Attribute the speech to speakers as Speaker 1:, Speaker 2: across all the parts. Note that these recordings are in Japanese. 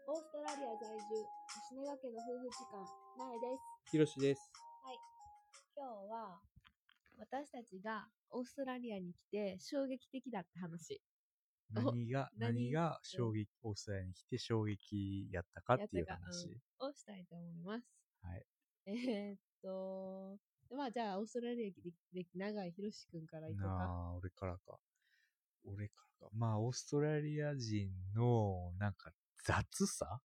Speaker 1: オーストラリア在住、星野家の夫婦時間、なえです。
Speaker 2: ひろしです。
Speaker 1: はい。今日は、私たちがオーストラリアに来て衝撃的だった話。
Speaker 2: 何が衝撃、オーストラリアに来て衝撃やったかっていう話。
Speaker 1: をしたいと思います。
Speaker 2: はい。
Speaker 1: まあじゃあオーストラリア歴長いひろしくんからいこうか。
Speaker 2: 俺からか。まあ、オーストラリア人の、なんか、雑さ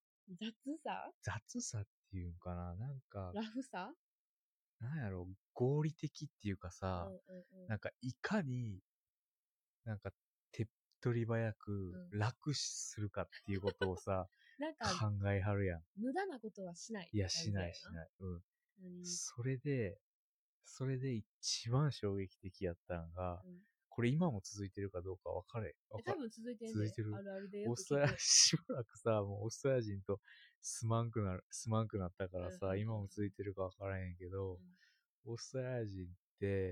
Speaker 2: っていうんかな。なんか、
Speaker 1: ラフさ
Speaker 2: なんやろ、合理的っていうかさ、なんか、いかに、なんか、手っ取り早く楽するかっていうことをさ、
Speaker 1: なんか
Speaker 2: 考えはるやん。
Speaker 1: 無駄なことはしない。
Speaker 2: いや、しない。うん。それで一番衝撃的やったのが、これ今も続いてるかどうか分かれ。
Speaker 1: 多分続いてんで。
Speaker 2: 続いてる。
Speaker 1: あるあるでよく聞く。
Speaker 2: オーストラリア、しばらくさ、もうオーストラリア人とすまんくなったからさ、今も続いてるか分からへんけど、オーストラリア人って、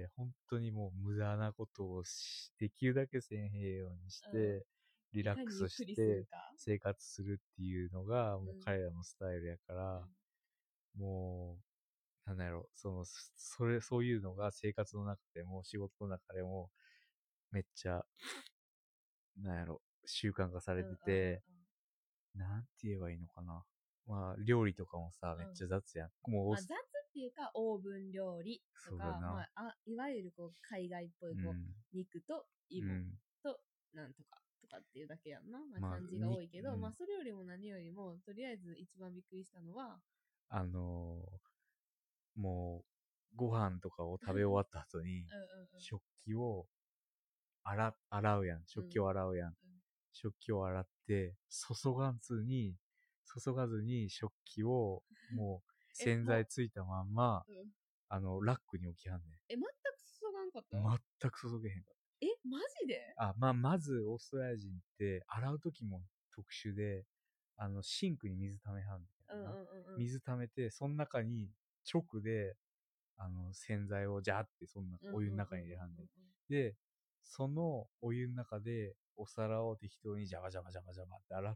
Speaker 2: 本当にもう無駄なことをできるだけせんへんようにして、リラックスして生活するっていうのが、もう彼らのスタイルやから、もう、なんだろう、そういうのが生活の中でも仕事の中でもめっちゃ、なんやろ、習慣化されてて、なんて言えばいいのかな。まあ、料理とかもさ、めっちゃ雑やん。もう
Speaker 1: 雑っていうか、オーブン料理とか、まあ、いわゆるこう海外っぽい肉と芋となんとかとかっていうだけやんな。まあ、感じが多いけど、まあ、それよりも何よりも、とりあえず一番びっくりしたのは、
Speaker 2: もう、ご飯とかを食べ終わった後に、食器を洗うやん。食器を洗うやん。食器を洗って、注がずに食器をもう洗剤ついたまんま、ラックに置きはんねん。
Speaker 1: 全く注がんかった？
Speaker 2: 全く注げへんかった。
Speaker 1: マジで？
Speaker 2: まず、オーストラリア人って、洗うときも特殊で、シンクに水溜めはんねん。水溜めて、その中に直で、洗剤をジャーって、そんなお湯の中に入れはんねん。で、そのお湯の中で、お皿を適当にジャバジャバって洗って、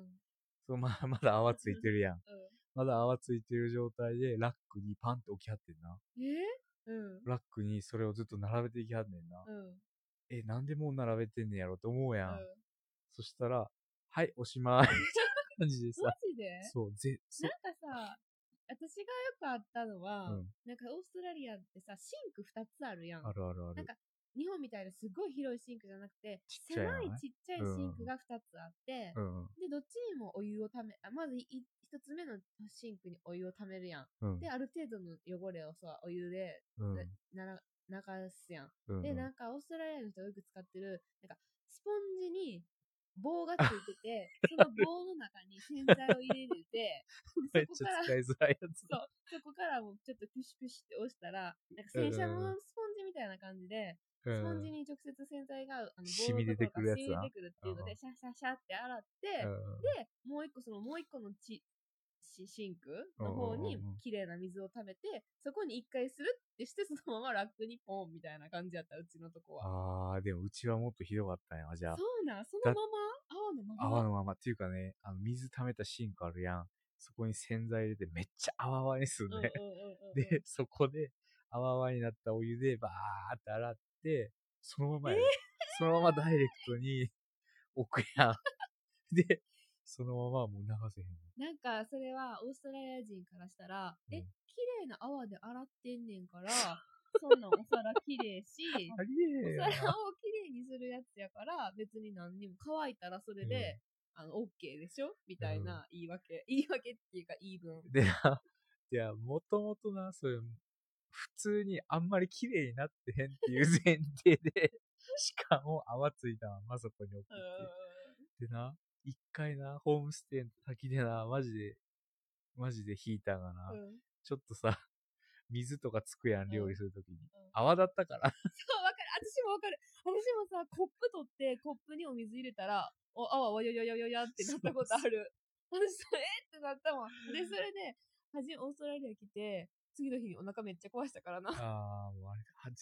Speaker 2: まだ泡ついてるやん。まだ泡ついてる状態で、ラックにパンって置きはってんな。ラックにそれをずっと並べていきはんねんな。なんでもう並べてんねやろと思うやん。そしたら、はい、おしまい。感じでさ。
Speaker 1: マジで？
Speaker 2: そう、
Speaker 1: なんかさ、私がよくあったのは、なんかオーストラリアってさ、シンク2つあるやん。
Speaker 2: ある。
Speaker 1: なんか、日本みたいなすごい広いシンクじゃなくて、狭いちっちゃいシンクが2つあって、で、どっちにもお湯をまず1つ目のシンクにお湯をためるやん。で、ある程度の汚れをさ、お湯で、流すやん。で、なんかオーストラリアの人がよく使ってる、なんか、スポンジに棒がついてて、その棒の中に洗剤を入れて、
Speaker 2: めっちゃ使いづらいやつ。
Speaker 1: そこからもうちょっとプシュプシュって押したら、なんか洗車のスポンジみたいな感じで、スポンジに直接洗剤が
Speaker 2: 染み出てくるやつな。
Speaker 1: 染み出てくるっていうので、シャシャシャって洗って、で、もう一個のシンクの方に綺麗な水を溜めて、そこに一回するってして、そのままラックにポンみたいな感じやった、うちのとこは。
Speaker 2: でもうちはもっとひどかったんや、じゃあ。
Speaker 1: そうなん、そのまま
Speaker 2: 泡のまま。っていうかね、水溜めたシンクあるやん。そこに洗剤入れてめっちゃ泡々にすんね。で、そこで泡々になったお湯でバーって洗って、そのままやで。そのままダイレクトに置くやん。で、そのままもう流せへん。
Speaker 1: なんか、それはオーストラリア人からしたら、綺麗な泡で洗ってんねんから、そんなお皿綺麗し、お皿を綺麗にするやつやから、別に何にも乾いたらそれで、OK でしょみたいな言い訳っていうか言い分。
Speaker 2: で、いや、もともとな、そういう、普通にあんまり綺麗になってへんっていう前提で、しかも泡ついたままそこに置くっていう。でな、一回な、ホームステイの先でな、マジでヒーターがな、ちょっとさ、水とかつくやん、料理するときに。泡だったから。
Speaker 1: そう、わかる。私もわかる。私もさ、コップ取って、コップにお水入れたら、泡、わよよよよよってなったことある。私さ、ってなったもん。で、それで、オーストラリア来て、次の日にお腹めっちゃ壊したからな。
Speaker 2: もうあれ、絶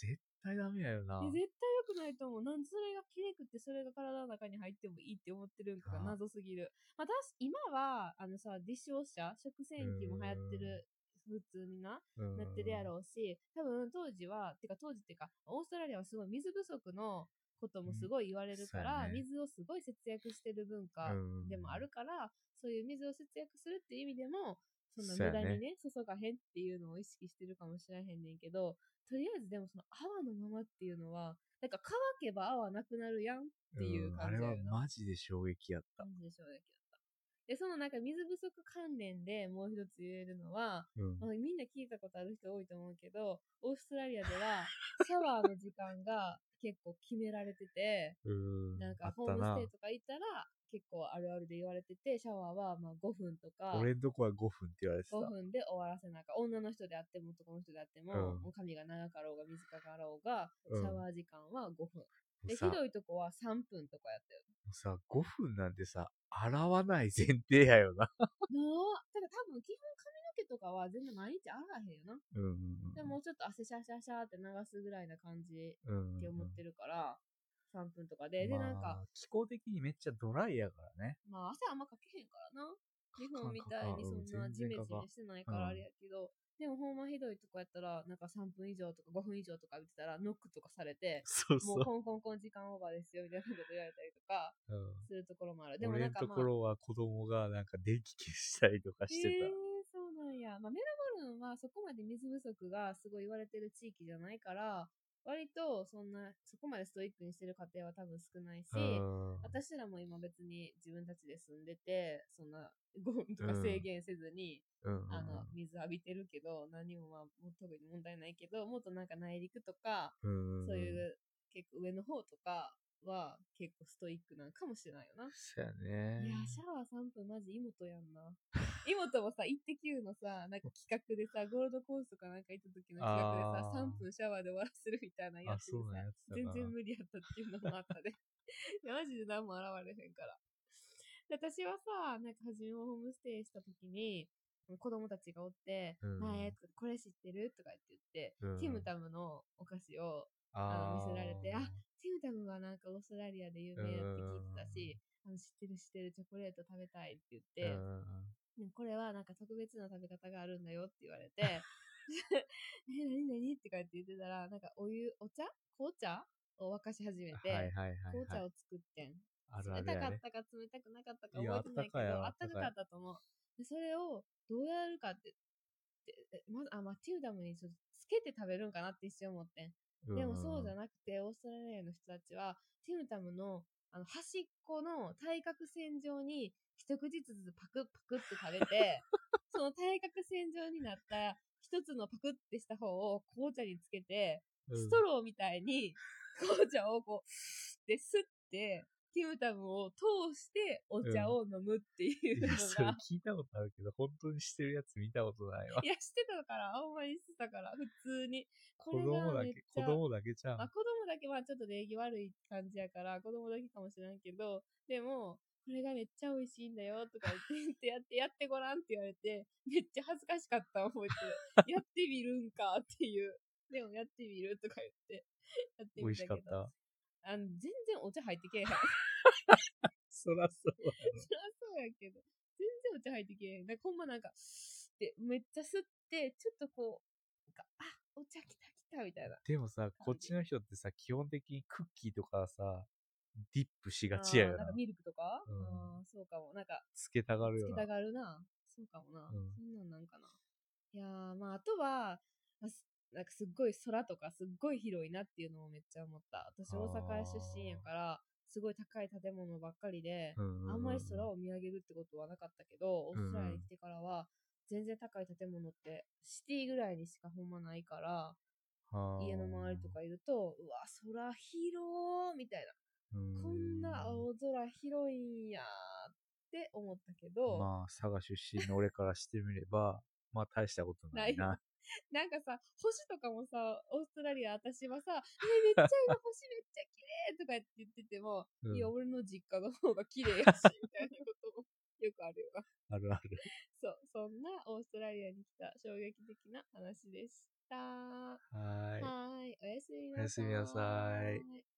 Speaker 2: 対ダメやよな。
Speaker 1: 絶対良くないと思う。なんでそれがきれくて、それが体の中に入ってもいいって思ってるんかが謎すぎる。まあ、今は、ディッシュウォッシャー、食洗機も流行ってる、普通になってるやろうし、多分当時っていうか、オーストラリアはすごい水不足のこともすごい言われるから、水をすごい節約してる文化でもあるから、そういう水を節約するっていう意味でも、そんな無駄にね、注がへんっていうのを意識してるかもしれへんねんけど、とりあえずでもその泡のままっていうのは、なんか乾けば泡なくなるやんっていう感じだよな。
Speaker 2: あれはマジで衝撃やった。
Speaker 1: マジで衝撃やった。で、そのなんか水不足関連でもう一つ言えるのは、まあ、みんな聞いたことある人多いと思うけど、オーストラリアではシャワーの時間が結構決められてて、なんかホームステイとか行ったら結構あるあるで言われてて、シャワーはまあ5分とか。
Speaker 2: 俺んとこは5分って言われてた。
Speaker 1: 5分で終わらせなか。女の人であっても男の人であっても、髪が長かろうが短かろうが、シャワー時間は5分。で、ひどいとこは3分とかやったよ。
Speaker 2: さ、5分なんてさ、洗わない前提やよな。
Speaker 1: ただ多分基本髪の毛とかは全然毎日洗わへんよな。でもうちょっと汗シャシャシャって流すぐらいな感じって思ってるから、3分とかで。で、なんか。
Speaker 2: 気候的にめっちゃドライやからね。
Speaker 1: まあ汗あんまかけへんからな。日本みたいにそんなジメジメしてないからあれやけど、でもほんまひどいとこやったら、なんか3分以上とか5分以上とか見てたらノックとかされて、もうコンコンコン時間オーバーですよみたいなこと言われたりとかするところもある。
Speaker 2: でもなんか俺のところは子供がなんか電気消したりとかしてた。
Speaker 1: そうなんや。まあ、メルボルンはそこまで水不足がすごい言われてる地域じゃないから、割とそこまでストイックにしてる家庭は多分少ないし、私らも今別に自分たちで住んでて、そんな5分とか制限せずに、水浴びてるけど、何もまあ、特に問題ないけど、もっとなんか内陸とか、そういう結構上の方とかは結構ストイックなんかもしれないよな。
Speaker 2: そうやね。
Speaker 1: いや、シャワー3分マジ妹やんな。妹もさ、イッテ Q のさ、なんか企画でさ、ゴールドコーストかなんか行った時の企画でさ、3分シャワーで終わらせるみたいなやつでさ、全然無理やったっていうのもあったで。いや、マジで何も現れへんから。で私はさ、なんか初めホームステイした時に、子供たちがおって、これ知ってるとか言って、ティムタムのお菓子を見せられて、ティムタムはなんかオーストラリアで有名だって聞いてたし、知ってるチョコレート食べたいって言って、これはなんか特別な食べ方があるんだよって言われて、何ってかって言ってたら、なんか紅茶を沸かし始めて、紅茶を作ってん。冷たかったか冷たくなかったか覚えてないけど、あったかかったと思う。で、それをどうやるかって、まず、ティムタムにちょっとつけて食べるんかなって一瞬思ってん。でもそうじゃなくて、オーストラリアの人たちは、ティムタムの端っこの対角線上に一口ずつパクパクって食べて、その対角線上になった一つのパクってした方を紅茶につけて、ストローみたいに紅茶をこう、で、吸って、ティムタムを通してお茶を飲むっていうのが、
Speaker 2: それ聞いたことあるけど、本当にしてるやつ見たことないわ。
Speaker 1: いや、してたから、あんまりしてたから、普通に。
Speaker 2: 子供だけじゃん。
Speaker 1: 子供だけはちょっと礼儀悪い感じやから、子供だけかもしれんけど、でも、これがめっちゃ美味しいんだよとか言ってやってごらんって言われて、めっちゃ恥ずかしかった覚えてる。やってみるんかっていう。でもやってみるとか言って、やってみたけど。美味しかった。全然お茶入ってけえへん。
Speaker 2: そらそうやろ。
Speaker 1: そらそうやけど、全然お茶入ってけえへん。ほんまなんか、で、めっちゃ吸って、ちょっとこう、お茶来た来たみたいな。
Speaker 2: でもさ、こっちの人ってさ、基本的にクッキーとかさ、ディップしがちやよな。
Speaker 1: なんかミルクとかそうかも。なんか、
Speaker 2: つけたがるよな。
Speaker 1: つけたがるな。そうかもな。そんなんなんかな。いやー、まあ、あとは、なんかすっごい空とかすっごい広いなっていうのをめっちゃ思った。私大阪出身やから、すごい高い建物ばっかりで、あんまり空を見上げるってことはなかったけど、オーストラリアに来てからは、全然高い建物ってシティぐらいにしかほんまないから、家の周りとかいると、うわ、空広ーみたいな。こんな青空広いんやーって思ったけど。
Speaker 2: まあ、佐賀出身の俺からしてみれば、まあ大したことないな。
Speaker 1: なんかさ、星とかもさ、オーストラリア、私はさ、めっちゃ今星めっちゃ綺麗とかって言ってても、いや、俺の実家の方が綺麗やし、みたいなこともよくあるよな。
Speaker 2: あるある。
Speaker 1: そう、 そんなオーストラリアに来た衝撃的な話でした。
Speaker 2: はい。
Speaker 1: はい。おやすみ
Speaker 2: おやすみなさい。
Speaker 1: い。